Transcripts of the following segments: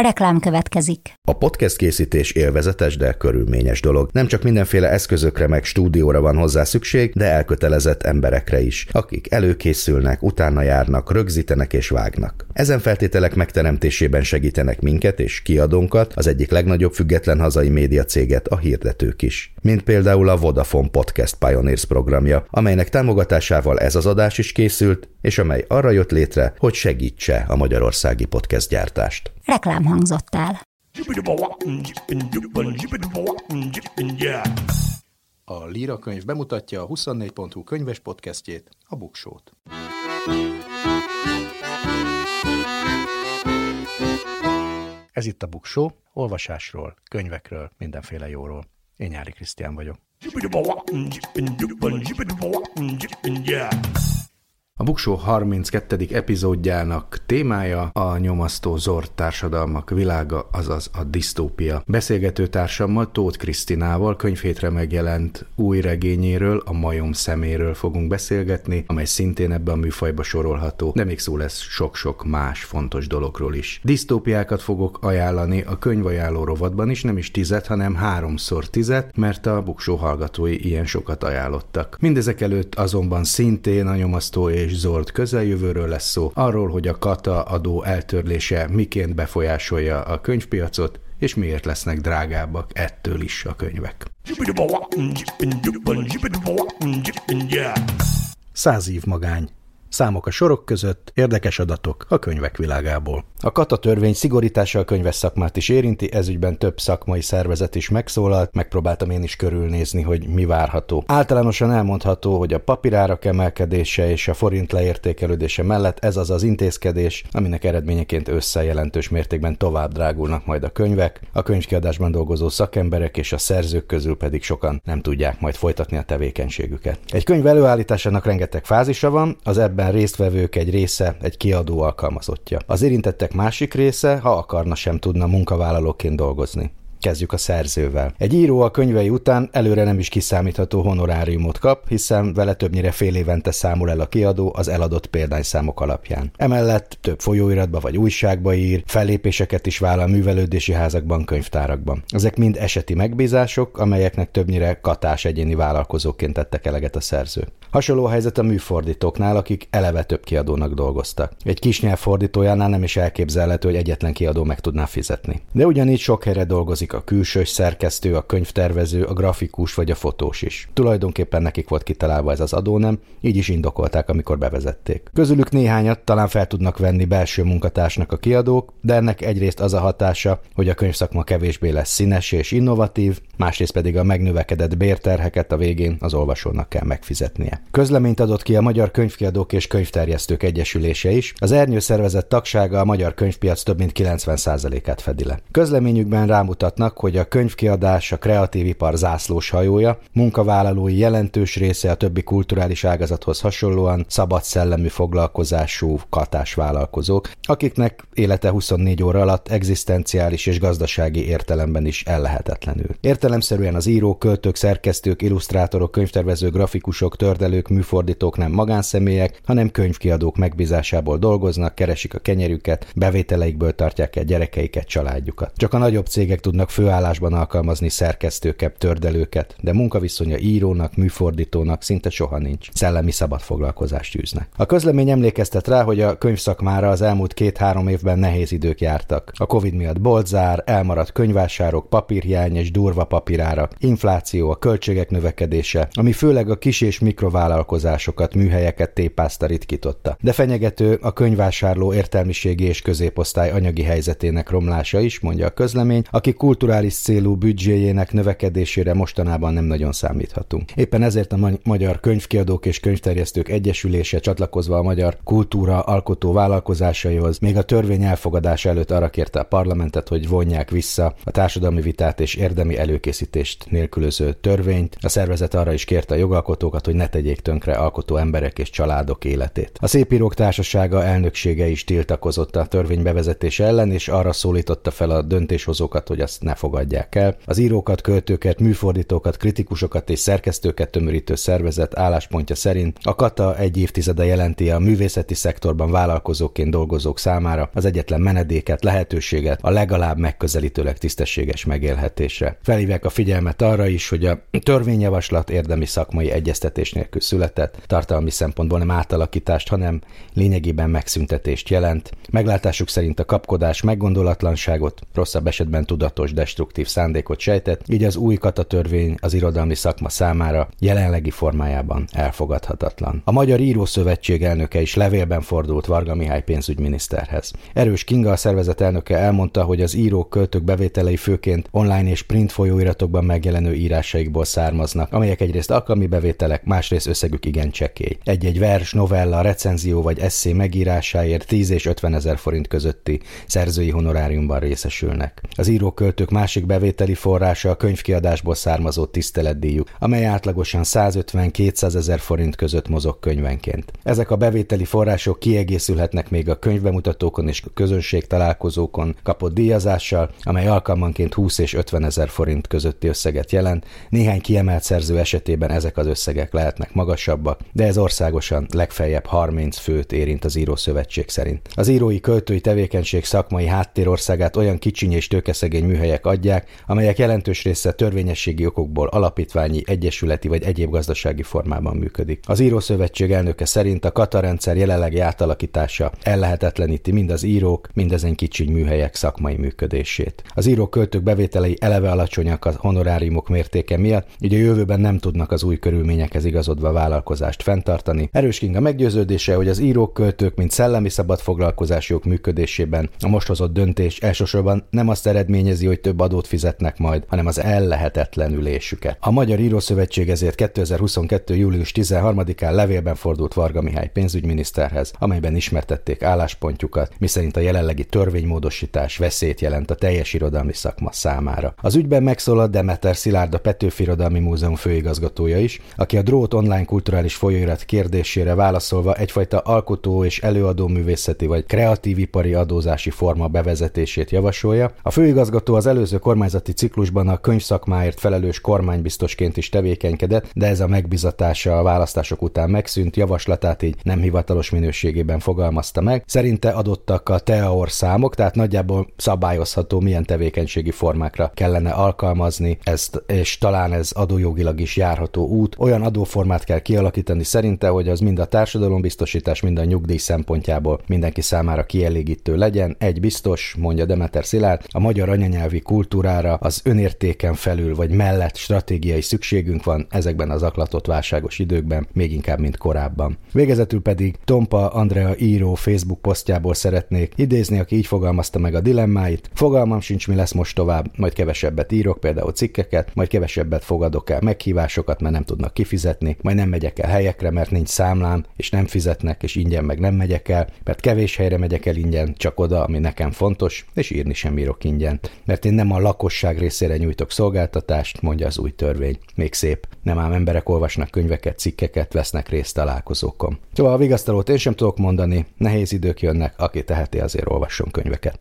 Reklám következik. A podcast készítés élvezetes, de körülményes dolog. Nem csak mindenféle eszközökre meg stúdióra van hozzá szükség, de elkötelezett emberekre is, akik előkészülnek, utána járnak, rögzítenek és vágnak. Ezen feltételek megteremtésében segítenek minket és kiadónkat, az egyik legnagyobb független hazai médiacéget, a hirdetők is. Mint például a Vodafone Podcast Pioneers programja, amelynek támogatásával ez az adás is készült, és amely arra jött létre, hogy segítse a magyarországi podcast gyártást. Reklám hangzott el. A Líra könyv bemutatja a 24.hu könyves podcastjét, a Buksót. Ez itt a Buksó, olvasásról, könyvekről, mindenféle jóról. Én Nyári Krisztián vagyok. A Buksó 32. epizódjának témája a nyomasztó zord társadalmak világa, azaz a disztópia. Beszélgető társammal, Tóth Krisztinával könyvhétre megjelent új regényéről, a Majom szeméről fogunk beszélgetni, amely szintén ebbe a műfajba sorolható, de még szó lesz sok-sok más fontos dologról is. Disztópiákat fogok ajánlani a könyvajánló rovatban is, nem is 10, hanem 3x10, mert a Buksó hallgatói ilyen sokat ajánlottak. Mindezek előtt azonban szintén a nyomasztó és zord közeljövőről lesz szó, arról, hogy a kata adó eltörlése miként befolyásolja a könyvpiacot, és miért lesznek drágábbak ettől is a könyvek. 100 év magány. Számok a sorok között, érdekes adatok a könyvek világából. A kata törvény szigorítása a könyves szakmát is érinti, ezügyben több szakmai szervezet is megszólalt, megpróbáltam én is körülnézni, hogy mi várható. Általánosan elmondható, hogy a papírárak emelkedése és a forint leértékelődése mellett ez az az intézkedés, aminek eredményeként ősszel jelentős mértékben tovább drágulnak majd a könyvek, a könyvkiadásban dolgozó szakemberek és a szerzők közül pedig sokan nem tudják majd folytatni a tevékenységüket. Egy könyv előállításának rengeteg fázisa van, az ebben résztvevők egy része egy kiadó alkalmazottja. Az érintettek másik része, ha akarna, sem tudna munkavállalóként dolgozni. Kezdjük a szerzővel. Egy író a könyvei után előre nem is kiszámítható honoráriumot kap, hiszen vele többnyire fél évente számol el a kiadó az eladott példányszámok alapján. Emellett több folyóiratba vagy újságba ír, fellépéseket is vállal művelődési házakban, könyvtárakban. Ezek mind eseti megbízások, amelyeknek többnyire katás egyéni vállalkozóként tettek eleget a szerzők. Hasonló a helyzet a műfordítóknál, akik eleve több kiadónak dolgoztak. Egy kisnyelv fordítójánál nem is elképzelhető, hogy egyetlen kiadó meg tudná fizetni. De ugyanígy sok helyre dolgozik a külsős szerkesztő, a könyvtervező, a grafikus vagy a fotós is. Tulajdonképpen nekik volt kitalálva ez az adónem, így is indokolták, amikor bevezették. Közülük néhányat talán fel tudnak venni belső munkatársnak a kiadók, de ennek egyrészt az a hatása, hogy a könyvszakma kevésbé lesz színes és innovatív, másrészt pedig a megnövekedett bérterheket a végén az olvasónak kell megfizetnie. Közleményt adott ki a Magyar Könyvkiadók és Könyvterjesztők Egyesülése is. Az ernyő szervezet tagsága a magyar könyvpiac több mint 90%-át fedi le. Közleményükben rámutatnak, hogy a könyvkiadás a kreatív ipar zászlós hajója, munkavállalói jelentős része a többi kulturális ágazathoz hasonlóan szabad szellemű foglalkozású katás vállalkozók, akiknek élete 24 óra alatt egzisztenciális és gazdasági értelemben is ellehetetlenül. Értelemszerűen az írók, költők, szerkesztők, illusztrátorok, könyvtervezők, grafikusok, tördelők, műfordítók nem magánszemélyek, hanem könyvkiadók megbízásából dolgoznak, keresik a kenyerüket, bevételeikből tartják el gyerekeiket, családjukat. Csak a nagyobb cégek tudnak főállásban alkalmazni szerkesztőket, tördelőket, de munkaviszonya írónak, műfordítónak szinte soha nincs. Szellemi szabadfoglalkozást űznek. A közlemény emlékeztet rá, hogy a könyvszakmára az elmúlt 2-3 évben nehéz idők jártak. A Covid miatt boltzár, elmaradt könyvvásárok, papírhiány és durva papírárak, infláció, a költségek növekedése, ami főleg a kis és mikrovállalkozásokat, műhelyeket tépázta, ritkította. De fenyegető a könyvvásárló értelmiségi és középosztály anyagi helyzetének romlása is, mondja a közlemény, aki kulturális célú büdzséjének növekedésére mostanában nem nagyon számíthatunk. Éppen ezért a Magyar Könyvkiadók és Könyvterjesztők Egyesülése csatlakozva a magyar kultúra alkotó vállalkozásaihoz még a törvény elfogadása előtt arra kérte a parlamentet, hogy vonják vissza a társadalmi vitát és érdemi előkészítést nélkülöző törvényt. A szervezet arra is kérte a jogalkotókat, hogy ne tegyék tönkre alkotó emberek és családok életét. A Szépírók Társasága elnöksége is tiltakozott a törvény bevezetése ellen, és arra szólította fel a döntéshozókat, hogy azt ezt ne fogadják el. Az írókat, költőket, műfordítókat, kritikusokat és szerkesztőket tömörítő szervezet álláspontja szerint a Kata egy évtizede jelenti a művészeti szektorban vállalkozóként dolgozók számára az egyetlen menedéket, lehetőséget a legalább megközelítőleg tisztességes megélhetésre. Felhívják a figyelmet arra is, hogy a törvényjavaslat érdemi szakmai egyeztetés nélkül született, tartalmi szempontból nem átalakítást, hanem lényegében megszüntetést jelent. Meglátásuk szerint a kapkodás meggondolatlanságot, rosszabb esetben tudatos, destruktív szándékot sejtett, így az új Kata törvény az irodalmi szakma számára jelenlegi formájában elfogadhatatlan. A Magyar Írószövetség elnöke is levélben fordult Varga Mihály pénzügyminiszterhez. Erős Kinga, a szervezet elnöke elmondta, hogy az írók, költők bevételei főként online és print folyóiratokban megjelenő írásaikból származnak, amelyek egyrészt alkalmi bevételek, másrészt összegük igen csekély. Egy-egy vers, novella, recenzió vagy esszé megírásáért 10 és 50 000 forint közötti szerzői honoráriumban részesülnek. Az írók-költők másik bevételi forrása a könyvkiadásból származó tiszteletdíjuk, amely átlagosan 150-200 000 forint között mozog könyvenként. Ezek a bevételi források kiegészülhetnek még a könyvbemutatókon és közönség találkozókon kapott díjazással, amely alkalmanként 20 és 50 000 forint közötti összeget jelent. Néhány kiemelt szerző esetében ezek az összegek lehetnek magasabbak, de ez országosan legfeljebb 30 főt érint az Írószövetség szerint. Az írói költői tevékenység szakmai háttérországát olyan kicsiny és tőkeszegény műhelyek adják, amelyek jelentős része törvényességi okokból alapítványi, egyesületi vagy egyéb gazdasági formában működik. Az Írószövetség elnöke szerint a Kata rendszer jelenlegi átalakítása ellehetetleníti mind az írók, mind ezen kicsiny műhelyek szakmai működését. Az írók-költők bevételei eleve alacsonyak a honoráriumok mértéke miatt, így a jövőben nem tudnak az új körülményekhez igazodva vállalkozást fenntartani. Erős Kinga meggyőződése, hogy az írók-költők, mint szellemi szabad foglalkozások működésében a most hozott döntés elsősorban nem azt eredményezi, hogy több adót fizetnek majd, hanem az ellehetetlenülésüket. A Magyar Írószövetség ezért 2022. július 13-án levélben fordult Varga Mihály pénzügyminiszterhez, amelyben ismertették álláspontjukat, miszerint a jelenlegi törvénymódosítás veszélyt jelent a teljes irodalmi szakma számára. Az ügyben megszólalt Demeter Szilárd, a Petőfi Irodalmi Múzeum főigazgatója is, aki a Drót online kulturális folyóirat kérdésére válaszolva egyfajta alkotó és előadó művészeti vagy kreatív ipari adózási forma bevezetését javasolja. A főigazgató az előző kormányzati ciklusban a könyvszakmáért felelős kormánybiztosként is tevékenykedett, de ez a megbizatása a választások után megszűnt, javaslatát így nem hivatalos minőségében fogalmazta meg. Szerinte adottak a TEAOR számok, tehát nagyjából szabályozható, milyen tevékenységi formákra kellene alkalmazni ezt, és talán ez adójogilag is járható út. Olyan adóformát kell kialakítani szerinte, hogy az mind a társadalombiztosítás, mind a nyugdíj szempontjából mindenki számára kielégítő legyen. Egy biztos, mondja Demeter Szilárd, a magyar anyanyelvi kultúrára az önértéken felül vagy mellett stratégiai szükségünk van ezekben az zaklatott válságos időkben, még inkább, mint korábban. Végezetül pedig Tompa Andrea író Facebook posztjából szeretnék idézni, aki így fogalmazta meg a dilemmáit. Fogalmam sincs, mi lesz most tovább, majd kevesebbet írok, például cikkeket, majd kevesebbet fogadok el meghívásokat, mert nem tudnak kifizetni, majd nem megyek el helyekre, mert nincs számlám, és nem fizetnek, és ingyen meg nem megyek el, mert kevés helyre megyek el ingyen, csak oda, ami nekem fontos, és írni sem írok ingyen. Mert én nem a lakosság részére nyújtok szolgáltatást, mondja az új törvény. Még szép. Nem ám emberek olvasnak könyveket, cikkeket, vesznek részt találkozókon. Szóval a vigasztalót én sem tudok mondani, nehéz idők jönnek, aki teheti, azért olvasson könyveket.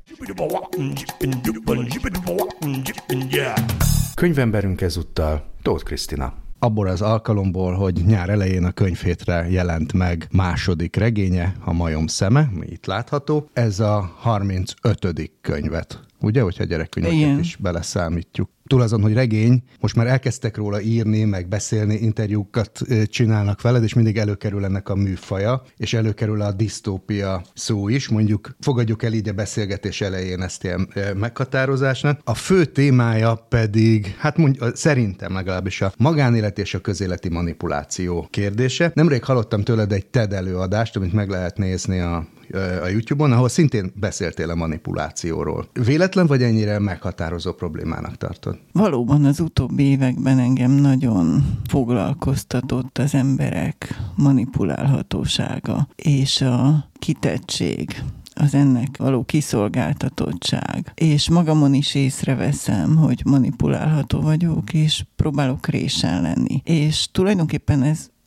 Könyvemberünk ezúttal Tóth Krisztina. Abból az alkalomból, hogy nyár elején a könyvhétre jelent meg második regénye, a Majom szeme, mi itt látható. Ez a 35. könyvet. Ugye, hogyha gyerekkönyveket is beleszámítjuk. Túl azon, hogy regény, most már elkezdtek róla írni, meg beszélni, interjúkat csinálnak veled, és mindig előkerül ennek a műfaja, és előkerül a disztópia szó is, mondjuk fogadjuk el így a beszélgetés elején ezt ilyen meghatározásnak. A fő témája pedig, hát szerintem legalábbis a magánélet és a közéleti manipuláció kérdése. Nemrég hallottam tőled egy TED előadást, amit meg lehet nézni a YouTube-on, ahol szintén beszéltél a manipulációról. Véletlen vagy ennyire meghatározó problémának tartod? Valóban az utóbbi években engem nagyon foglalkoztatott az emberek manipulálhatósága és a kitettség, az ennek való kiszolgáltatottság. És magamon is észreveszem, hogy manipulálható vagyok, és próbálok résen lenni. És tulajdonképpen ez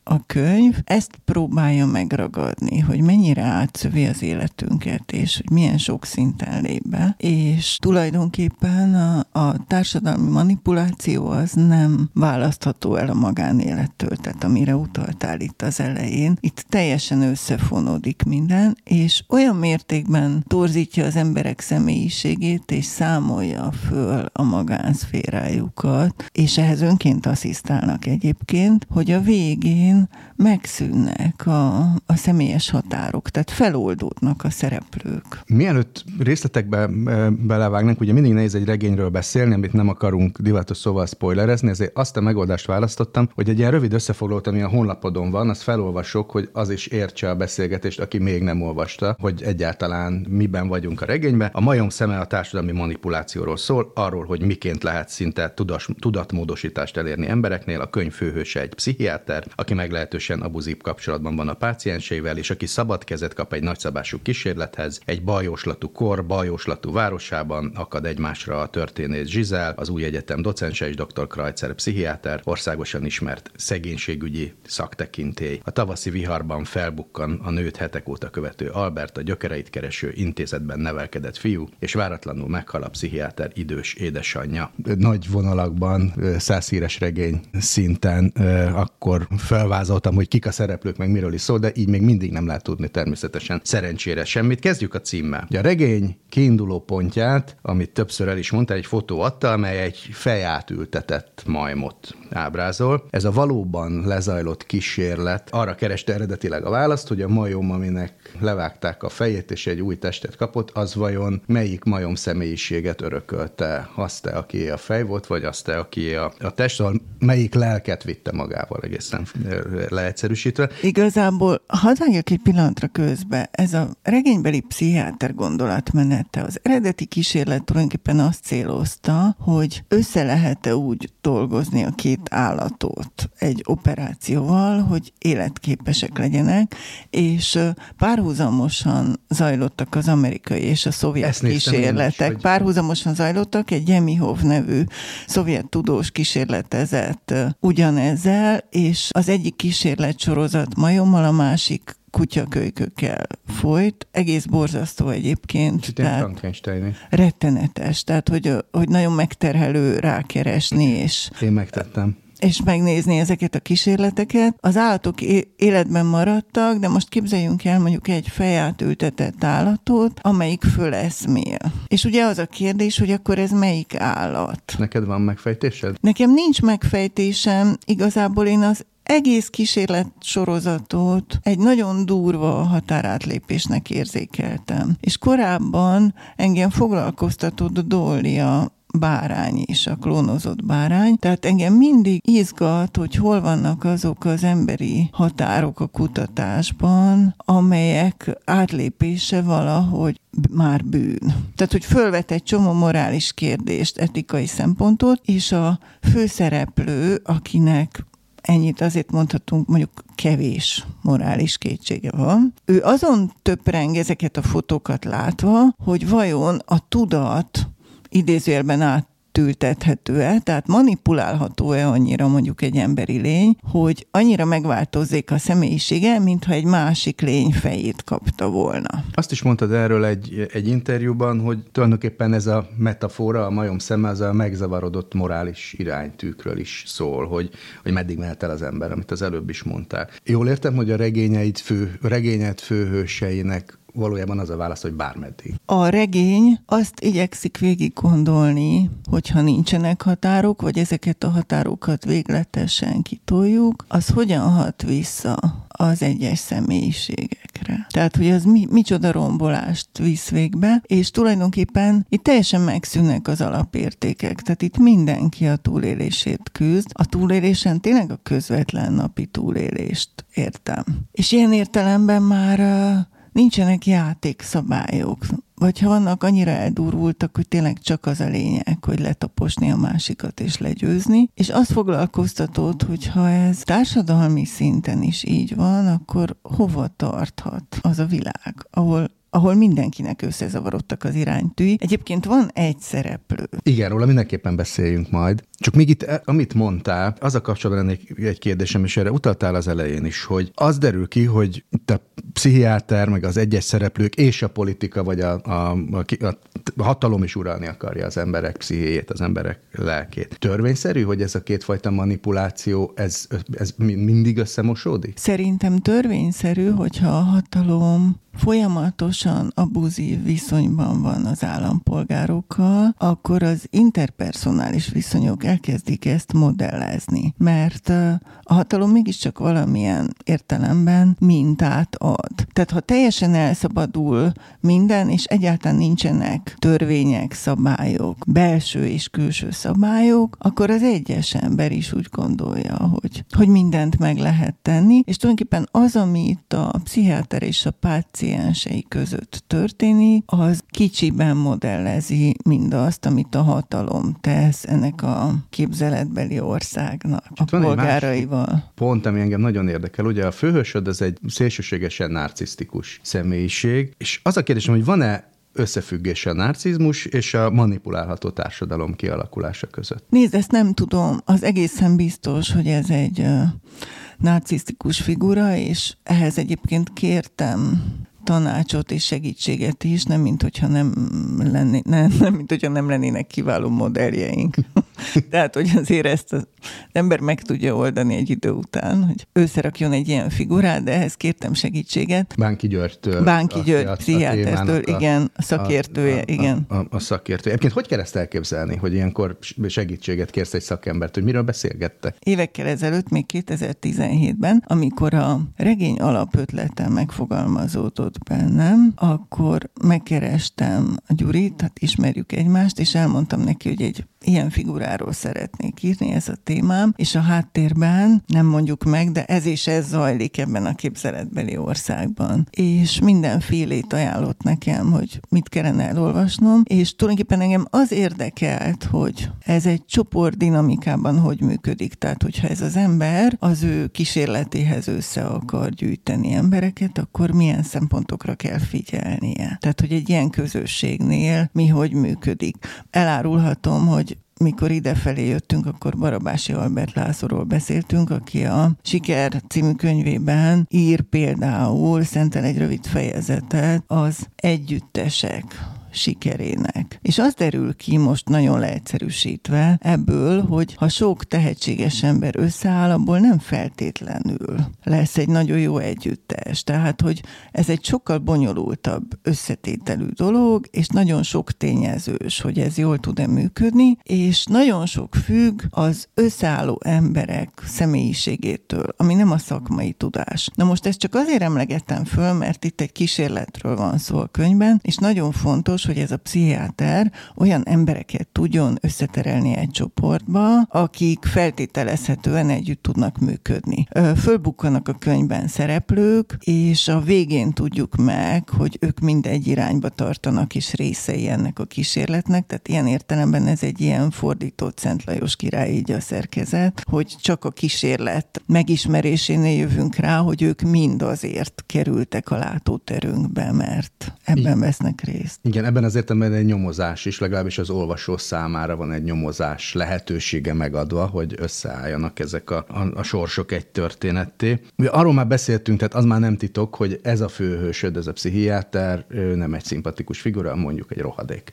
a könyv ezt próbálja megragadni, hogy mennyire átszövi az életünket, és hogy milyen sok szinten lép be. És tulajdonképpen a társadalmi manipuláció az nem választható el a magánélettől, tehát amire utaltál itt az elején. Itt teljesen összefonódik minden, és olyan mértékben torzítja az emberek személyiségét, és számolja föl a magánszférájukat, és ehhez önként asszisztálnak egyébként, hogy a végén megszűnnek a személyes határok, tehát feloldódnak a szereplők. Mielőtt részletekbe belevágnánk, ugye mindig nehéz egy regényről beszélni, amit nem akarunk divatos szóval spoilerezni, ezért azt a megoldást választottam, hogy egy ilyen rövid összefoglalót, ami a honlapodon van, azt felolvasok, hogy az is értse a beszélgetést, aki még nem olvasta, hogy egyáltalán miben vagyunk a regényben. A Majom szeme a társadalmi manipulációról szól, arról, hogy miként lehet szinte tudatmódosítást elérni embereknél. A könyv főhőse egy pszichiáter, aki meglehetősen abuzív kapcsolatban van a pácienseivel, és aki szabad kezet kap egy nagyszabású kísérlethez. Egy baljóslatú kor, baljóslatú városában akad egymásra a történész Zsizel, az új egyetem docense és dr. Krajcer pszichiáter, országosan ismert szegénységügyi szaktekintély. A tavaszi viharban felbukkan a nőt hetek óta követő Albert, a gyökereit kereső intézetben nevelkedett fiú, és váratlanul meghal a pszichiáter idős édesanyja. Nagy vonalakban, 100 híres regény szinten akkor felvázoltam, hogy kik a szereplők, meg miről is szól, de így még mindig nem lehet tudni természetesen szerencsére semmit. Kezdjük a címmel. A regény kiinduló pontját, amit többször el is mondta, egy fotó adta, amely egy fejátültetett majmot ábrázol. Ez a valóban lezajlott kísérlet arra kereste eredetileg a választ, hogy a majom, aminek levágták a fejét és egy új testet kapott, az vajon melyik majom személyiséget örökölte? Azt-e, aki a fej volt, vagy azt-e, aki a test, szóval melyik lelket vitte magával, egészen leegyszerűsítve. Igazából, hadd vágjak egy pillanatra közbe, ez a regénybeli pszichiáter gondolatmenete, az eredeti kísérlet tulajdonképpen azt célozta, hogy össze lehet-e úgy dolgozni a két állatot egy operációval, hogy életképesek legyenek, és párhuzamosan zajlottak az amerikai és a szovjet kísérletek. Párhuzamosan zajlottak, egy Jemihov nevű szovjet tudós kísérletezett ugyanezzel, és az egyik kísérletsorozat majommal, a másik kutyakölykökkel folyt. Egész borzasztó egyébként. Rettenetes. Tehát, hogy nagyon megterhelő rákeresni, és... Én megtettem. És megnézni ezeket a kísérleteket. Az állatok életben maradtak, de most képzeljünk el mondjuk egy fejátültetett állatot, amelyik föleszmél. És ugye az a kérdés, hogy akkor ez melyik állat? Neked van megfejtésed? Nekem nincs megfejtésem, igazából én az egész kísérletsorozatot egy nagyon durva határátlépésnek érzékeltem. És korábban engem foglalkoztatott Dolly a bárány is, a klónozott bárány. Tehát engem mindig izgat, hogy hol vannak azok az emberi határok a kutatásban, amelyek átlépése valahogy már bűn. Tehát, hogy fölvet egy csomó morális kérdést, etikai szempontot, és a főszereplő, akinek ennyit azért mondhatunk, mondjuk kevés morális kétsége van. Ő azon töpreng ezeket a fotókat látva, hogy vajon a tudat idézőjelben átültethető-e, tehát manipulálható-e annyira mondjuk egy emberi lény, hogy annyira megváltozzék a személyisége, mintha egy másik lény fejét kapta volna. Azt is mondtad erről egy interjúban, hogy tulajdonképpen ez a metafora, a majom szeme, az a megzavarodott morális iránytűkről is szól, hogy meddig mehet el az ember, amit az előbb is mondtál. Jól értem, hogy a regényed főhőseinek valójában az a válasz, hogy bármeddig. A regény azt igyekszik végig gondolni, hogyha nincsenek határok, vagy ezeket a határokat végletesen kitoljuk, az hogyan hat vissza az egyes személyiségekre. Tehát, hogy az micsoda rombolást visz végbe, és tulajdonképpen itt teljesen megszűnnek az alapértékek. Tehát itt mindenki a túlélését küzd. A túlélésen tényleg a közvetlen napi túlélést értem. És ilyen értelemben már nincsenek játékszabályok, vagy ha vannak, annyira eldurultak, hogy tényleg csak az a lényeg, hogy letaposni a másikat és legyőzni. És azt foglalkoztatott, hogy ha ez társadalmi szinten is így van, akkor hova tarthat az a világ, ahol ahol mindenkinek összezavarodtak az iránytűi. Egyébként van egy szereplő. Igen, róla mindenképpen beszéljünk majd. Csak még itt, amit mondtál, az a kapcsolatban egy kérdésem, és erre utaltál az elején is, hogy az derül ki, hogy a pszichiáter, meg az egyes szereplők és a politika, vagy a hatalom is uralni akarja az emberek pszichéjét, az emberek lelkét. Törvényszerű, hogy ez a kétfajta manipuláció, ez mindig összemosódik? Szerintem törvényszerű, hogyha a hatalom folyamatosan abuzív viszonyban van az állampolgárokkal, akkor az interpersonális viszonyok elkezdik ezt modellezni, mert a hatalom mégiscsak valamilyen értelemben mintát ad. Tehát ha teljesen elszabadul minden, és egyáltalán nincsenek törvények, szabályok, belső és külső szabályok, akkor az egyes ember is úgy gondolja, hogy mindent meg lehet tenni, és tulajdonképpen az, ami itt a pszichiáter és a páciensei között történik, az kicsiben modellezi mindazt, amit a hatalom tesz ennek a képzeletbeli országnak, a polgáraival. Pont, ami engem nagyon érdekel, ugye a főhősöd az egy szélsőségesen narcisztikus személyiség, és az a kérdésem, hogy van-e összefüggés a narcizmus és a manipulálható társadalom kialakulása között? Nézd, ezt nem tudom. Az egészen biztos, hogy ez egy narcisztikus figura, és ehhez egyébként kértem tanácsot és segítséget is, nem mint hogyha nem lennének kiváló modelljeink. Tehát, hogy azért ezt az ember meg tudja oldani egy idő után, hogy összerakjon egy ilyen figurát, de ehhez kértem segítséget. Bánki Györgytől. Bánki György pszichiátertől, igen, a szakértője, igen. A szakértője. Egyébként hogy kell ezt elképzelni, hogy ilyenkor segítséget kérsz egy szakembert, hogy miről beszélgettek? Évekkel ezelőtt, még 2017-ben, amikor a regény alapötlete megfogalmazódott bennem, akkor megkerestem a Gyurit, hát ismerjük egymást, és elmondtam neki, hogy egy ilyen figuráról szeretnék írni, ez a témám, és a háttérben, nem mondjuk meg, de ez és ez zajlik ebben a képzeletbeli országban. És mindenfélét ajánlott nekem, hogy mit kellene elolvasnom, és tulajdonképpen engem az érdekelt, hogy ez egy csoport dinamikában hogy működik. Tehát, hogyha ez az ember az ő kísérletéhez össze akar gyűjteni embereket, akkor milyen szempontokra kell figyelnie. Tehát, hogy egy ilyen közösségnél mi hogy működik. Elárulhatom, hogy mikor idefelé jöttünk, akkor Barabási Albert Lászlóról beszéltünk, aki a Siker című könyvében ír például, szentel egy rövid fejezetet az együttesek sikerének. És az derül ki most nagyon leegyszerűsítve ebből, hogy ha sok tehetséges ember összeáll, abból nem feltétlenül lesz egy nagyon jó együttes. Tehát, hogy ez egy sokkal bonyolultabb összetételű dolog, és nagyon sok tényezős, hogy ez jól tud-e működni, és nagyon sok függ az összeálló emberek személyiségétől, ami nem a szakmai tudás. Na most ezt csak azért emlegettem föl, mert itt egy kísérletről van szó a könyvben, és nagyon fontos, hogy ez a pszichiáter olyan embereket tudjon összeterelni egy csoportba, akik feltételezhetően együtt tudnak működni. Fölbukkanak a könyvben szereplők, és a végén tudjuk meg, hogy ők mind egy irányba tartanak, és részei ennek a kísérletnek, tehát ilyen értelemben ez egy ilyen fordított Szent Lajos király így a szerkezet, hogy csak a kísérlet megismerésénél jövünk rá, hogy ők mind azért kerültek a látóterünkbe, mert ebben vesznek részt. Igen, ebben az értelemben egy nyomozás is, legalábbis az olvasó számára van egy nyomozás lehetősége megadva, hogy összeálljanak ezek a sorsok egy történetté. Arról már beszéltünk, tehát az már nem titok, hogy ez a főhősöd, ez a pszichiáter, ő nem egy szimpatikus figura, mondjuk egy rohadék.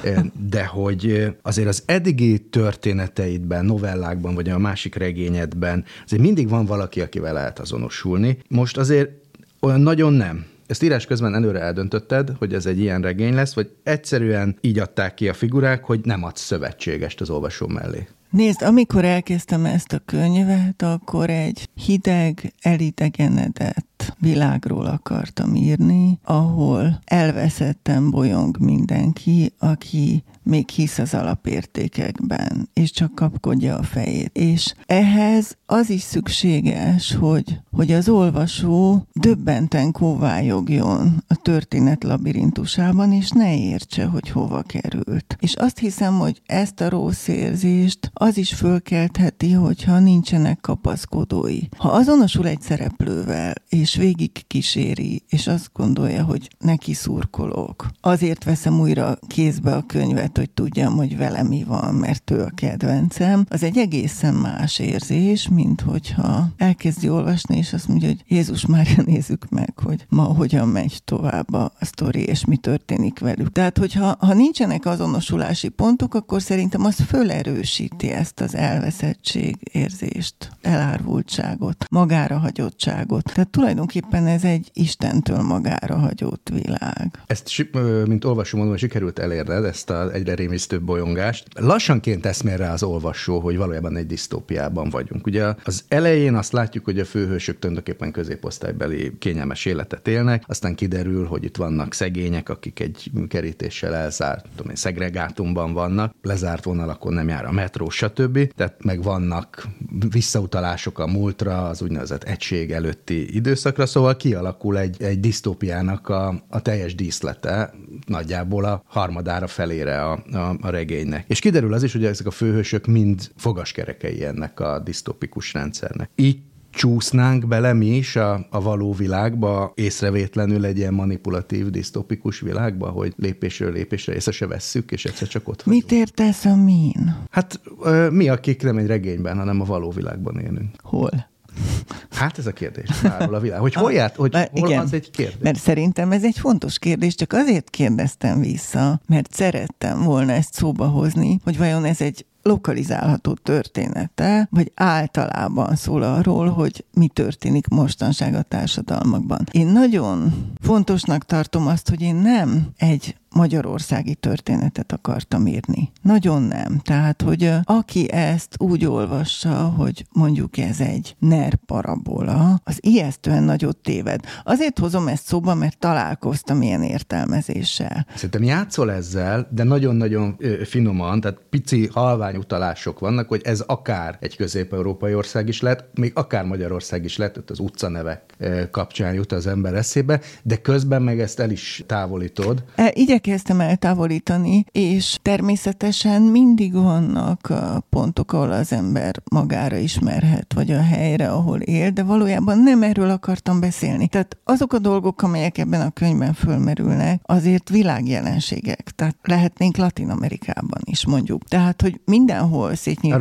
De hogy azért az eddigi történeteidben, novellákban, vagy a másik regényedben azért mindig van valaki, akivel lehet azonosulni. Most azért olyan nagyon nem. Ezt írás közben előre eldöntötted, hogy ez egy ilyen regény lesz, vagy egyszerűen így adták ki a figurák, hogy nem adsz szövetségest az olvasó mellé? Nézd, amikor elkezdtem ezt a könyvet, akkor egy hideg, elidegenedett világról akartam írni, ahol elveszettem bolyong mindenki, aki még hisz az alapértékekben, és csak kapkodja a fejét. És ehhez az is szükséges, hogy az olvasó döbbenten kóvályogjon a történet labirintusában, és ne értse, hogy hova került. És azt hiszem, hogy ezt a rossz érzést az is fölkeltheti, hogyha nincsenek kapaszkodói. Ha azonosul egy szereplővel, és végig kíséri, és azt gondolja, hogy neki szurkolok, azért veszem újra kézbe a könyvet, hogy tudjam, hogy vele mi van, mert ő a kedvencem, az egy egészen más érzés, mint hogyha elkezdi olvasni, és azt mondja, hogy Jézus Mária, nézzük meg, hogy ma hogyan megy tovább a sztori, és mi történik velük. Tehát, hogyha nincsenek azonosulási pontok, akkor szerintem az fölerősíti ezt az elveszettség érzést, elárvultságot, magára hagyottságot. Tehát tulajdonképpen ez egy Istentől magára hagyott világ. Ezt, mint olvasó mondom, sikerült elérned ezt az egyre rémisztőbb bolyongást. Lassanként eszmél rá az olvasó, hogy valójában egy disztópiában vagyunk. Ugye az elején azt látjuk, hogy a főhősök tulajdonképpen középosztálybeli kényelmes életet élnek, aztán kiderül, hogy itt vannak szegények, akik egy kerítéssel elzárt, szegregátumban vannak, lezárt vonalakon nem jár a metró, stb. Tehát meg vannak visszautalások a múltra, az úgynevezett egység előtti időszakra, szóval kialakul egy disztópiának a teljes díszlete, nagyjából a harmadára felére a regénynek. És kiderül az is, hogy ezek a főhősök mind fogaskerekei ennek a disztópikus rendszernek. Így csúsznánk bele mi is a való világba, észrevétlenül egy ilyen manipulatív, disztópikus világba, hogy lépésről lépésre észre se vesszük, és egyszer csak ott vagyunk. Mit értesz a min? Hát mi, akik nem egy regényben, hanem a való világban élünk. Hol? Hát ez a kérdés. Bárhol a világ. Hogy hol járt? Hol igen, az egy kérdés? Mert szerintem ez egy fontos kérdés, csak azért kérdeztem vissza, mert szerettem volna ezt szóba hozni, hogy vajon ez egy lokalizálható története, vagy általában szól arról, hogy mi történik mostanság a társadalmakban. Én nagyon fontosnak tartom azt, hogy én nem egy magyarországi történetet akartam írni. Nagyon nem. Tehát, hogy aki ezt úgy olvassa, hogy mondjuk ez egy NER parabola, az ijesztően nagyot téved. Azért hozom ezt szóba, mert találkoztam ilyen értelmezéssel. Szerintem játszol ezzel, de nagyon-nagyon finoman, tehát pici halvány utalások vannak, hogy ez akár egy közép-európai ország is lett, még akár Magyarország is lett, ott az utcanevek kapcsán jut az ember eszébe, de közben meg ezt el is távolítod. Igyekeztem eltávolítani, és természetesen mindig vannak pontok, ahol az ember magára ismerhet, vagy a helyre, ahol él, de valójában nem erről akartam beszélni. Tehát azok a dolgok, amelyek ebben a könyvben fölmerülnek, azért világjelenségek. Tehát lehetnénk Latin-Amerikában is, mondjuk. Tehát, hogy mindenhol szétnyílt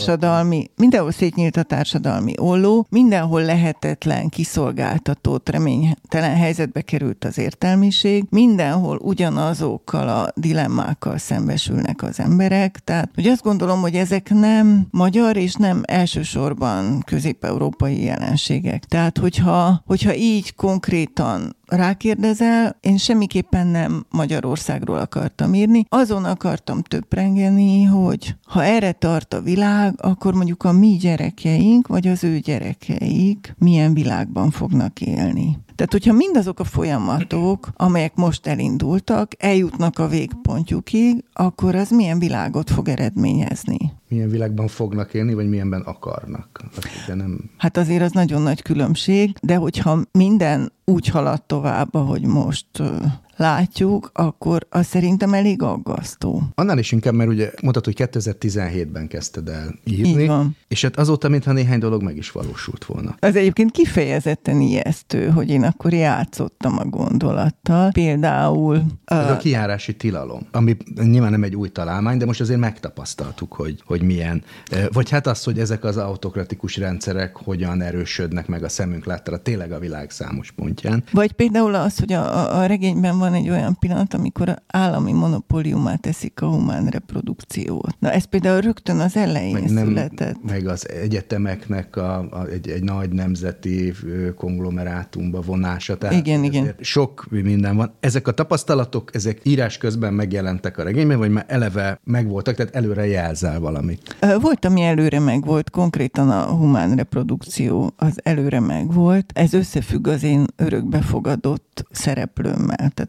a társadalmi olló, mindenhol lehetetlen, kiszolgáltatott, reménytelen helyzetbe került az értelmiség, mindenhol ugyanazokkal a dilemmákkal szembesülnek az emberek. Tehát, hogy azt gondolom, hogy ezek nem magyar és nem elsősorban közép-európai jelenségek. Tehát, hogyha így konkrétan rákérdezel, én semmiképpen nem Magyarországról akartam írni. Azon akartam töprengeni, hogy ha erre tart a világ, akkor mondjuk a mi gyerekeink, vagy az ő gyerekeik milyen világban fognak élni. Tehát, hogyha mindazok a folyamatok, amelyek most elindultak, eljutnak a végpontjukig, akkor az milyen világot fog eredményezni? Milyen világban fognak élni, vagy milyenben akarnak? Hát azért az nagyon nagy különbség, de hogyha minden úgy halad tovább, ahogy most látjuk, akkor az szerintem elég aggasztó. Annál is inkább, mert ugye mondtad, hogy 2017-ben kezdted el írni, és hát azóta, mintha néhány dolog meg is valósult volna. Az egyébként kifejezetten ijesztő, hogy én akkor játszottam a gondolattal. Például... Ez a kijárási tilalom, ami nyilván nem egy új találmány, de most azért megtapasztaltuk, hogy milyen. Vagy hát az, hogy ezek az autokratikus rendszerek hogyan erősödnek meg a szemünk láttára tényleg a világ számos pontján. Vagy például az, hogy a regényben van egy olyan pillanat, amikor az állami monopóliumát teszik a humán reprodukciót. Na ez például rögtön az elején született. Meg az egyetemeknek egy nagy nemzeti konglomerátumba vonása. Tehát igen. Sok minden van. Ezek a tapasztalatok, ezek írás közben megjelentek a regényben, vagy már eleve megvoltak, tehát előre jelzel valamit? Volt, ami előre megvolt, konkrétan a humán reprodukció az előre megvolt. Ez összefügg az én örökbefogadott szereplőmmel. Tehát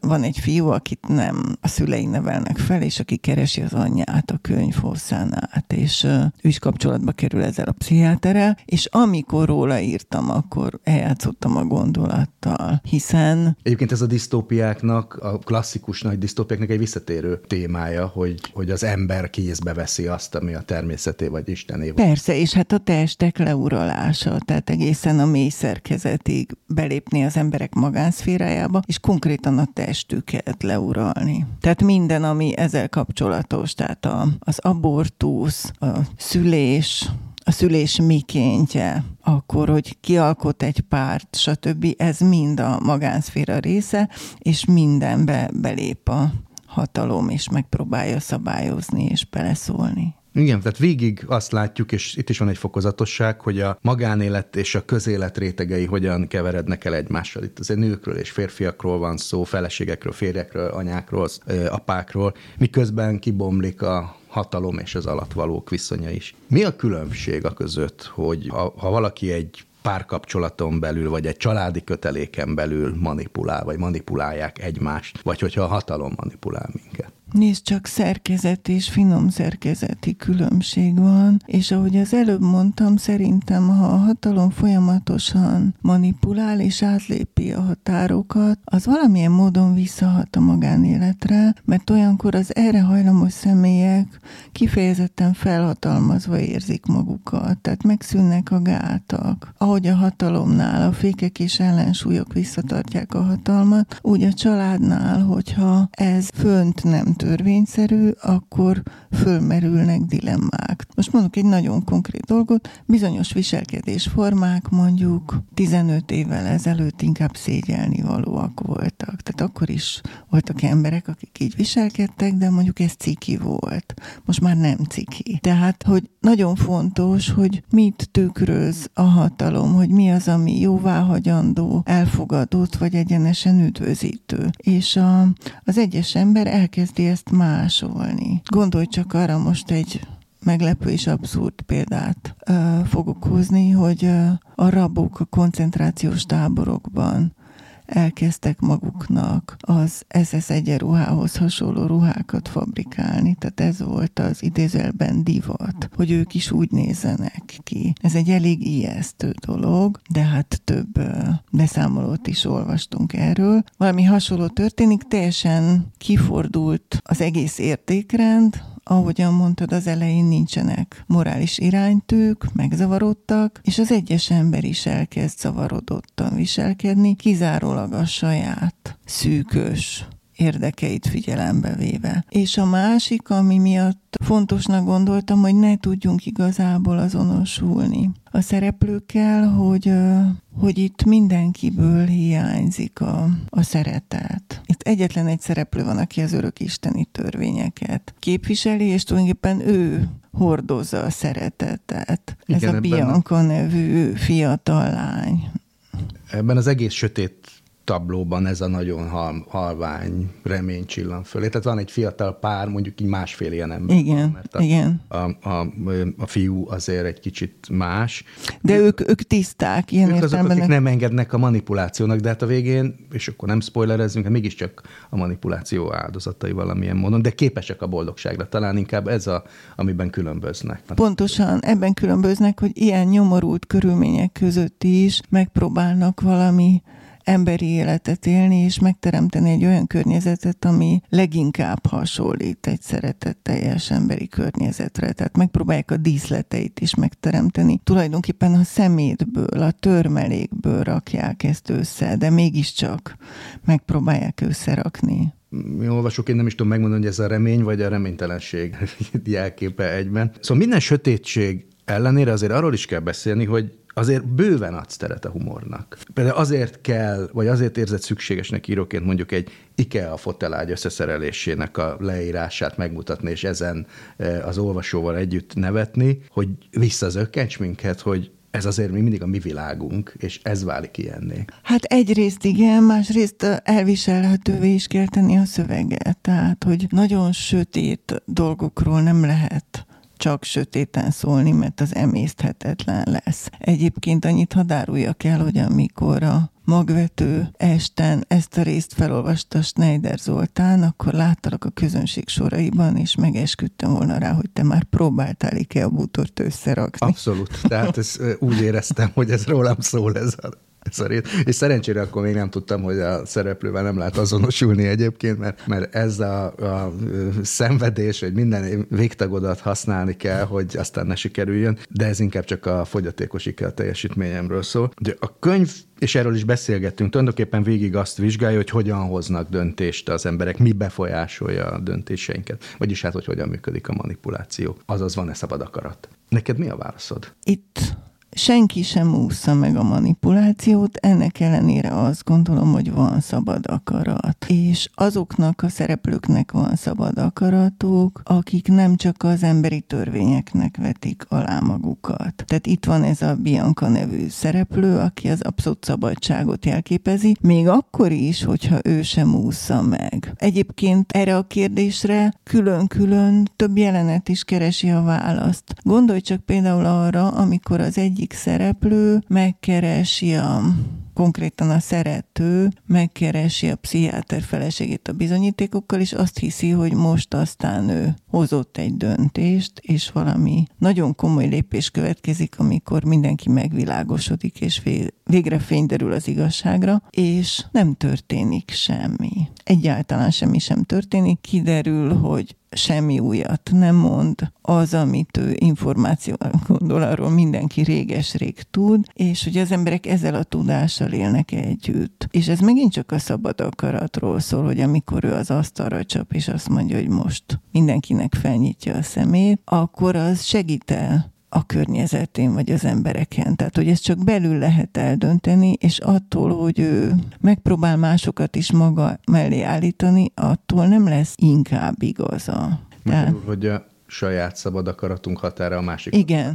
van egy fiú, akit nem a szülei nevelnek fel, és aki keresi az anyját a könyv hosszán át, és ő is kapcsolatba kerül ezzel a pszichiáterrel, és amikor róla írtam, akkor eljátszottam a gondolattal, hiszen... Egyébként ez a disztópiáknak, a klasszikus nagy disztópiáknak egy visszatérő témája, hogy az ember kézbe veszi azt, ami a természeté vagy Istené. Persze, és hát a testek leuralása, tehát egészen a mély szerkezetig belépni az emberek magánszférájába, és konkrétan a testüket leuralni. Tehát minden, ami ezzel kapcsolatos, tehát az abortusz, a szülés mikéntje, akkor, hogy kialkot egy párt, stb. Ez mind a magánszféra része, és mindenbe belép a hatalom, és megpróbálja szabályozni és beleszólni. Igen, tehát végig azt látjuk, és itt is van egy fokozatosság, hogy a magánélet és a közélet rétegei hogyan keverednek el egymással. Itt azért nőkről és férfiakról van szó, feleségekről, férjekről, anyákról, apákról, miközben kibomlik a hatalom és az alattvalók viszonya is. Mi a különbség a között, hogy ha valaki egy párkapcsolaton belül, vagy egy családi köteléken belül manipulál, vagy manipulálják egymást, vagy hogyha a hatalom manipulál minket? Nézd, csak szerkezet és finom szerkezeti különbség van, és ahogy az előbb mondtam, szerintem, ha a hatalom folyamatosan manipulál és átlépi a határokat, az valamilyen módon visszahat a magánéletre, mert olyankor az erre hajlamos személyek kifejezetten felhatalmazva érzik magukat, tehát megszűnnek a gátak. Ahogy a hatalomnál a fékek és ellensúlyok visszatartják a hatalmat, úgy a családnál, hogyha ez fönt nem törvényszerű, akkor fölmerülnek dilemmák. Most mondok egy nagyon konkrét dolgot, bizonyos viselkedésformák mondjuk 15 évvel ezelőtt inkább szégyelnivalóak voltak. Tehát akkor is voltak emberek, akik így viselkedtek, de mondjuk ez ciki volt. Most már nem ciki. Tehát, hogy nagyon fontos, hogy mit tükröz a hatalom, hogy mi az, ami jóváhagyandó, elfogadott, vagy egyenesen üdvözítő. És az egyes ember elkezdi ezt másolni. Gondolj csak arra, most egy meglepő és abszurd példát fogok hozni, hogy a rabok a koncentrációs táborokban elkezdtek maguknak az SS egyenruhához hasonló ruhákat fabrikálni. Tehát ez volt az idézőjelben divat, hogy ők is úgy nézzenek ki. Ez egy elég ijesztő dolog, de hát több beszámolót is olvastunk erről. Valami hasonló történik, teljesen kifordult az egész értékrend, ahogyan mondtad, az elején nincsenek morális iránytűk, megzavarodtak, és az egyes ember is elkezd zavarodottan viselkedni, kizárólag a saját szűkös érdekeit figyelembe véve. És a másik, ami miatt fontosnak gondoltam, hogy ne tudjunk igazából azonosulni a szereplőkkel, hogy itt mindenkiből hiányzik a szeretet. Itt egyetlen egy szereplő van, aki az örök isteni törvényeket képviseli, és tulajdonképpen ő hordozza a szeretetet. Igen, ez a Bianca nevű fiatal lány. Ebben az egész sötét tablóban ez a nagyon halvány remény csillan fölé. Tehát van egy fiatal pár, mondjuk így másfél ilyen ember. Igen, mert igen. A fiú azért egy kicsit más. De ők tiszták, ilyen ők azok, akik nem engednek a manipulációnak, de hát a végén, és akkor nem spoilerezzünk, hát mégiscsak a manipuláció áldozatai valamilyen módon, de képesek a boldogságra. Talán inkább ez amiben különböznek. Pontosan ebben különböznek, hogy ilyen nyomorult körülmények között is megpróbálnak valami emberi életet élni, és megteremteni egy olyan környezetet, ami leginkább hasonlít egy szeretetteljes emberi környezetre. Tehát megpróbálják a díszleteit is megteremteni. Tulajdonképpen a szemétből, a törmelékből rakják ezt össze, de mégiscsak megpróbálják összerakni. Mi olvasóként nem is tudom megmondani, hogy ez a remény vagy a reménytelenség jelképe egyben. Szóval minden sötétség ellenére azért arról is kell beszélni, hogy azért bőven adsz teret a humornak. Például azért kell, vagy azért érzed szükségesnek íróként mondjuk egy IKEA fotelágy összeszerelésének a leírását megmutatni, és ezen az olvasóval együtt nevetni, hogy visszazökkents minket, hogy ez azért még mindig a mi világunk, és ez válik ilyenné. Hát egyrészt igen, másrészt elviselhetővé is kell tenni a szöveget. Tehát, hogy nagyon sötét dolgokról nem lehet csak sötéten szólni, mert az emészthetetlen lesz. Egyébként annyit hadd áruljak el, hogy amikor a magvető esten ezt a részt felolvasta Schneider Zoltán, akkor láttalak a közönség soraiban, és megesküdtem volna rá, hogy te már próbáltál IKEA bútort összerakni. Abszolút. Tehát úgy éreztem, hogy ez rólam szól ez a rész. És szerencsére akkor még nem tudtam, hogy a szereplővel nem lehet azonosulni egyébként, mert ez a szenvedés, hogy minden végtagodat használni kell, hogy aztán ne sikerüljön, de ez inkább csak a fogyatékos IKEA teljesítményemről szól. De a könyv, és erről is beszélgettünk, tulajdonképpen végig azt vizsgálja, hogy hogyan hoznak döntést az emberek, mi befolyásolja a döntéseinket, vagyis hát, hogy hogyan működik a manipuláció. Azaz van-e szabad akarat? Neked mi a válaszod? Itt senki sem ússza meg a manipulációt, ennek ellenére azt gondolom, hogy van szabad akarat. És azoknak a szereplőknek van szabad akaratuk, akik nem csak az emberi törvényeknek vetik alá magukat. Tehát itt van ez a Bianca nevű szereplő, aki az abszolút szabadságot jelképezi, még akkor is, hogyha ő sem ússza meg. Egyébként erre a kérdésre külön-külön több jelenet is keresi a választ. Gondolj csak például arra, amikor az egyik szereplő megkeresi konkrétan a szerető megkeresi a pszichiáter feleségét a bizonyítékokkal, és azt hiszi, hogy most aztán ő hozott egy döntést, és valami nagyon komoly lépés következik, amikor mindenki megvilágosodik, és végre fény derül az igazságra, és nem történik semmi. Egyáltalán semmi sem történik, kiderül, hogy semmi újat nem mond, az, amit ő információval gondol, arról mindenki réges-rég tud, és hogy az emberek ezzel a tudással élnek együtt. És ez megint csak a szabad akaratról szól, hogy amikor ő az asztalra csap, és azt mondja, hogy most mindenkinek felnyitja a szemét, akkor az segít el a környezetén, vagy az embereken. Tehát, hogy ezt csak belül lehet eldönteni, és attól, hogy ő megpróbál másokat is maga mellé állítani, attól nem lesz inkább igaza. Magyarul, hogy a saját szabad akaratunk határa a másik.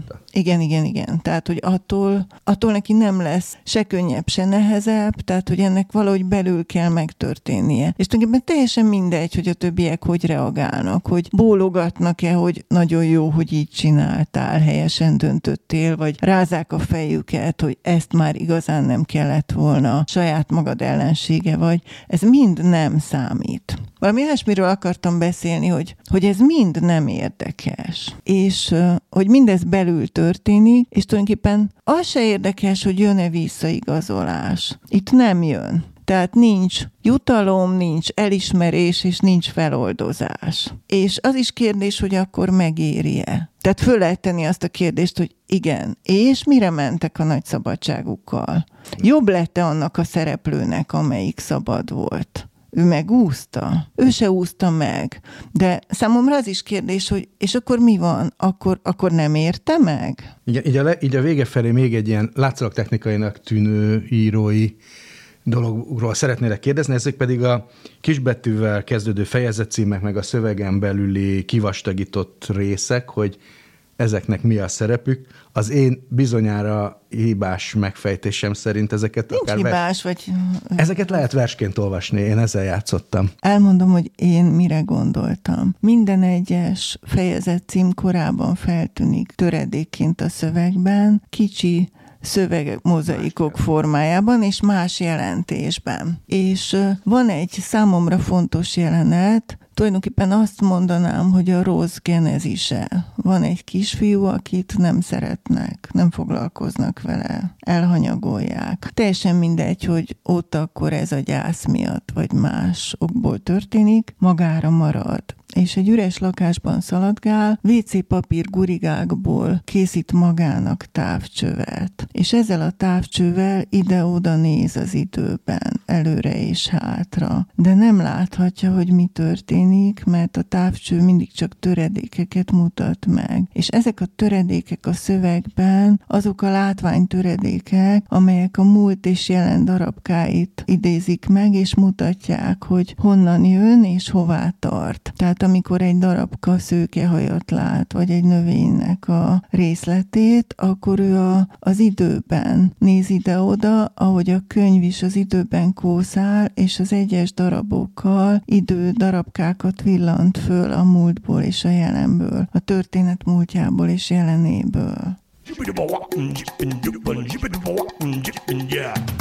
Igen. Tehát, hogy attól neki nem lesz se könnyebb, se nehezebb, tehát, hogy ennek valahogy belül kell megtörténnie. És tulajdonképpen teljesen mindegy, hogy a többiek hogy reagálnak, hogy bólogatnak-e, hogy nagyon jó, hogy így csináltál, helyesen döntöttél, vagy rázák a fejüket, hogy ezt már igazán nem kellett volna, saját magad ellensége vagy. Ez mind nem számít. Valami olyasmiről akartam beszélni, hogy ez mind nem érdekes. És hogy mindez belül történik, és tulajdonképpen az se érdekes, hogy jön-e visszaigazolás. Itt nem jön. Tehát nincs jutalom, nincs elismerés, és nincs feloldozás. És az is kérdés, hogy akkor megéri-e. Tehát föl lehet tenni azt a kérdést, hogy igen, és mire mentek a nagy szabadságukkal? Jobb lett-e annak a szereplőnek, amelyik szabad volt? Ő megúszta? Ő se úszta meg. De számomra az is kérdés, hogy és akkor mi van? Akkor nem érte meg? Így a vége felé még egy ilyen látszólag technikainak tűnő írói dologról szeretnélek kérdezni, ezek pedig a kisbetűvel kezdődő fejezetcímek, meg a szövegen belüli kivastagított részek, hogy ezeknek mi a szerepük. Az én bizonyára hibás megfejtésem szerint ezeket Nincs hibás, vagy... Ezeket lehet versként olvasni, én ezzel játszottam. Elmondom, hogy én mire gondoltam. Minden egyes fejezetcím korábban feltűnik töredékként a szövegben, kicsi szövegek, mozaikok formájában, és más jelentésben. És van egy számomra fontos jelenet, tulajdonképpen azt mondanám, hogy a rossz genezise. Van egy kisfiú, akit nem szeretnek, nem foglalkoznak vele, elhanyagolják. Teljesen mindegy, hogy ott akkor ez a gyász miatt, vagy más okból történik, magára marad. És egy üres lakásban szaladgál, WC papír gurigákból készít magának távcsövet. És ezzel a távcsővel ide-oda néz az időben, előre és hátra. De nem láthatja, hogy mi történik, mert a távcső mindig csak töredékeket mutat meg. És ezek a töredékek a szövegben azok a látványtöredékek, amelyek a múlt és jelen darabkáit idézik meg, és mutatják, hogy honnan jön és hová tart. Tehát amikor egy darabka szőkehajat lát, vagy egy növénynek a részletét, akkor ő az időben néz ide-oda, ahogy a könyv is az időben kószál, és az egyes darabokkal darabkákat villant föl a múltból és a jelenből, a történet múltjából és jelenéből.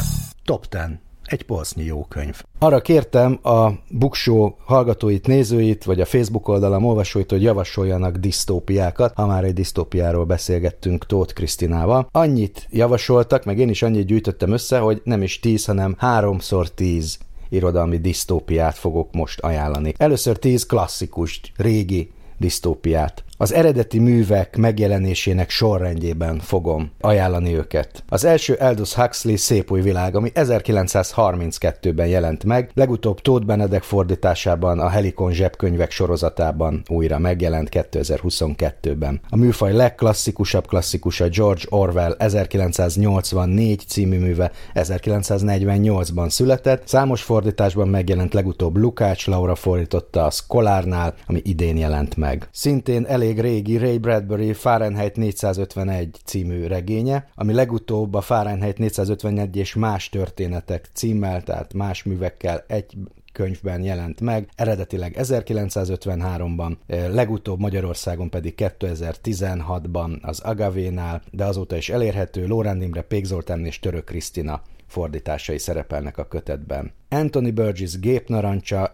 Top 10. Egy polsznyi jó könyv. Arra kértem a Bookshow hallgatóit, nézőit, vagy a Facebook oldalam olvasóit, hogy javasoljanak disztópiákat, ha már egy disztópiáról beszélgettünk Tóth Krisztinával. Annyit javasoltak, meg én is annyit gyűjtöttem össze, hogy nem is 10, hanem 3x10 irodalmi disztópiát fogok most ajánlani. Először 10 klasszikus, régi disztópiát. Az eredeti művek megjelenésének sorrendjében fogom ajánlani őket. Az első Aldous Huxley Szép új világ, ami 1932-ben jelent meg, legutóbb Tóth Benedek fordításában a Helikon zsebkönyvek sorozatában újra megjelent 2022-ben. A műfaj legklasszikusabb klasszikusa George Orwell 1984 című műve 1948-ban született, számos fordításban megjelent, legutóbb Lukács Laura fordította a Szkolárnál, ami idén jelent meg. Szintén elég régi Ray Bradbury Fahrenheit 451 című regénye, ami legutóbb a Fahrenheit 451 és más történetek címmel, tehát más művekkel egy könyvben jelent meg, eredetileg 1953-ban, legutóbb Magyarországon pedig 2016-ban az Agavénál, de azóta is elérhető. Lóránd Imre, Pék Zoltán és Török Krisztina fordításai szerepelnek a kötetben. Anthony Burgess Gépnarancsa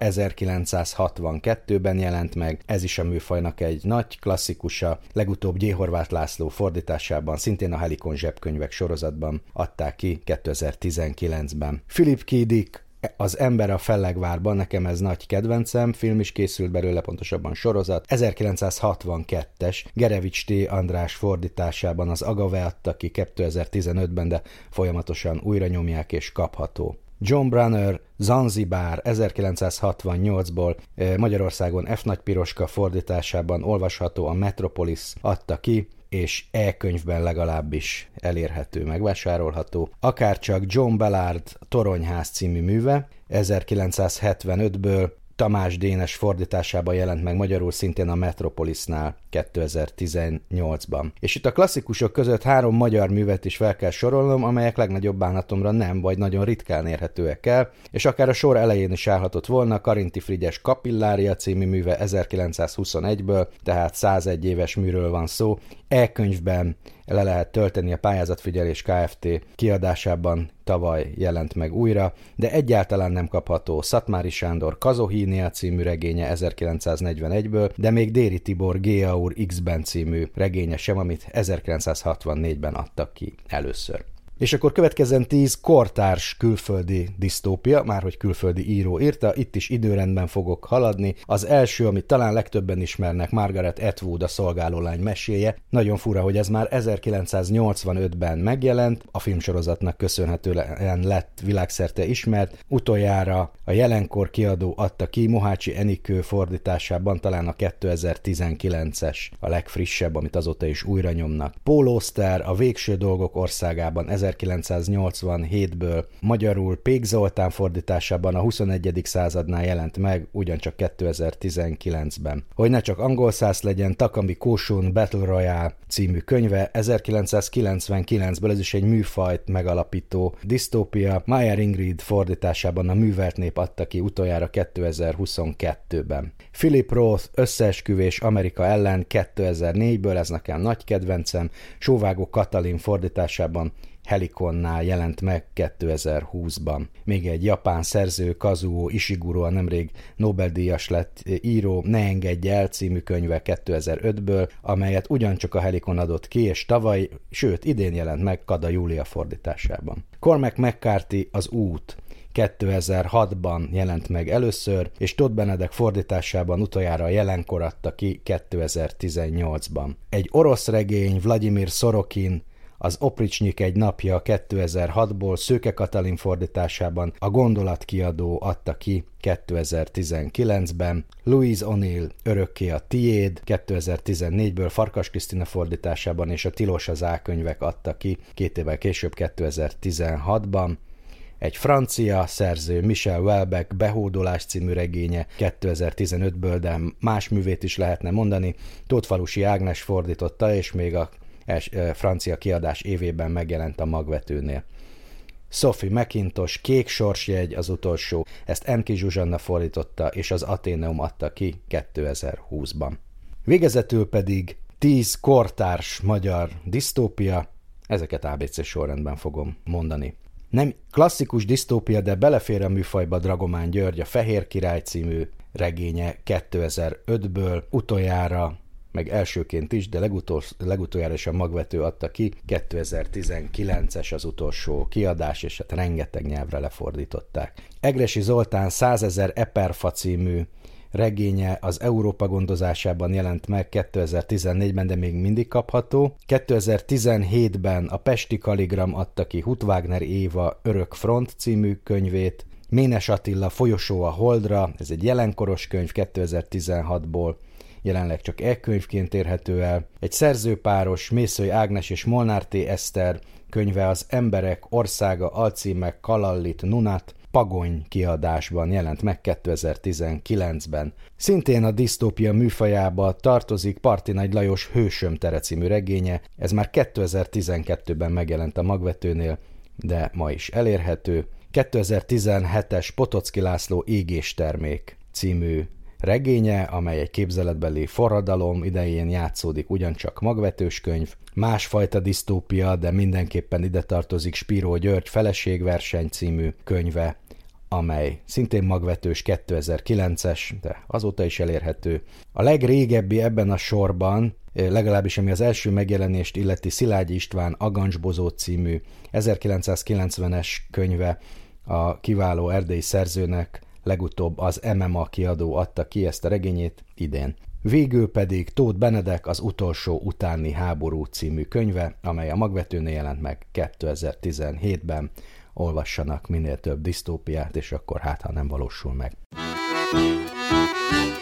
1962-ben jelent meg, ez is a műfajnak egy nagy klasszikusa, legutóbb G. Horváth László fordításában, szintén a Helikon zsebkönyvek sorozatban adták ki 2019-ben. Philip K. Dick Az ember a Fellegvárban, nekem ez nagy kedvencem, film is készült belőle, pontosabban sorozat. 1962-es Gerevics T. András fordításában az Agave adta ki 2015-ben, de folyamatosan újra nyomják és kapható. John Brunner Zanzibár 1968-ból Magyarországon F. Nagy Piroska fordításában olvasható, a Metropolis adta ki, és e-könyvben legalábbis elérhető, megvásárolható. Akárcsak John Ballard Toronyház című műve 1975-ből Tamás Dénes fordításában jelent meg magyarul, szintén a Metropolisnál 2018-ban. És itt a klasszikusok között 3 magyar művet is fel kell sorolnom, amelyek legnagyobb bánatomra nem, vagy nagyon ritkán érhetőek el, és akár a sor elején is állhatott volna. Karinti Frigyes Kapillária című műve 1921-ből, tehát 101 éves műről van szó. E-könyvben le lehet tölteni, a Pályázatfigyelés Kft. Kiadásában tavaly jelent meg újra, de egyáltalán nem kapható Szatmári Sándor Kazohínia című regénye 1941-ből, de még Déri Tibor G.A. úr X-ben című regénye sem, amit 1964-ben adtak ki először. És akkor következzen 10 kortárs külföldi disztópia, márhogy külföldi író írta, itt is időrendben fogok haladni. Az első, amit talán legtöbben ismernek, Margaret Atwood, a Szolgálólány meséje. Nagyon fura, hogy ez már 1985-ben megjelent, a filmsorozatnak köszönhetően lett világszerte ismert. Utoljára a jelenkor kiadó adta ki, Mohácsi Enikő fordításában, talán a 2019-es a legfrissebb, amit azóta is újra nyomnak. Paul Auster, a Végső dolgok országában 1987-ből, magyarul Pék Zoltán fordításában a 21. századnál jelent meg, ugyancsak 2019-ben. Hogy ne csak angol száz legyen, Takami Kósun Battle Royale című könyve 1999-ből, ez is egy műfajt megalapító disztópia. Meyer Ingrid fordításában a Művelt nép adta ki utoljára 2022-ben. Philip Roth Összeesküvés Amerika ellen 2004-ből, ez nekem nagy kedvencem. Sóvágó Katalin fordításában Helikonnál jelent meg 2020-ban. Még egy japán szerző, Kazuo Ishiguro, a nemrég Nobel-díjas lett író, Ne engedj el című könyve 2005-ből, amelyet ugyancsak a Helikon adott ki, és tavaly, sőt idén jelent meg Kada Júlia fordításában. Cormac McCarthy Az út 2006-ban jelent meg először, és Tóth Benedek fordításában utoljára a Jelenkor adta ki 2018-ban. Egy orosz regény, Vladimir Szorokin Az Opricsnyik egy napja 2006-ból, Szőke Katalin fordításában a Gondolatkiadó adta ki 2019-ben. Louise O'Neill Örökké a tiéd 2014-ből Farkas Krisztina fordításában, és a Tilos az A-könyvek adta ki 2 évvel később 2016-ban. Egy francia szerző, Michel Houellebecq Behódolás című regénye 2015-ből, de más művét is lehetne mondani. Tóthfalusi Ágnes fordította, és még a francia kiadás évében megjelent a Magvetőnél. Sophie McIntosh Kék sorsjegy az utolsó, ezt Emki Zsuzsanna fordította, és az Atheneum adta ki 2020-ban. Végezetül pedig 10 kortárs magyar disztópia, ezeket ABC sorrendben fogom mondani. Nem klasszikus disztópia, de belefér a műfajba Dragomán György, a Fehér Király című regénye 2005-ből, utoljára, meg elsőként is, de legutoljára is a Magvető adta ki, 2019-es az utolsó kiadás, és hát rengeteg nyelvre lefordították. Egressy Zoltán 100 000 eperfa című regénye az Európa gondozásában jelent meg 2014-ben, de még mindig kapható. 2017-ben a Pesti Kaligram adta ki Hut Wagner Éva Örök Front című könyvét, Ménes Attila Folyosó a Holdra, ez egy jelenkoros könyv 2016-ból, jelenleg csak e-könyvként érhető el. Egy szerzőpáros, Mészöly Ágnes és Molnár T. Eszter könyve az Emberek országa alcíme Kalallit Nunat, Pagony kiadásban jelent meg 2019-ben. Szintén a disztópia műfajába tartozik Parti Nagy Lajos Hősöm tere című regénye, ez már 2012-ben megjelent a Magvetőnél, de ma is elérhető. 2017-es Potocki László Égéstermék című regénye, amely egy képzeletbeli forradalom idején játszódik, ugyancsak magvetős könyv. Másfajta disztópia, de mindenképpen ide tartozik Spiró György Feleségverseny című könyve, amely szintén magvetős, 2009-es, de azóta is elérhető. A legrégebbi ebben a sorban, legalábbis ami az első megjelenést illeti, Szilágyi István Agancsbozó című 1990-es könyve, a kiváló erdélyi szerzőnek legutóbb az MMA kiadó adta ki ezt a regényét idén. Végül pedig Tóth Benedek Az utolsó utáni háború című könyve, amely a Magvetőnél jelent meg 2017-ben. Olvassanak minél több disztópiát, és akkor hát, ha nem valósul meg.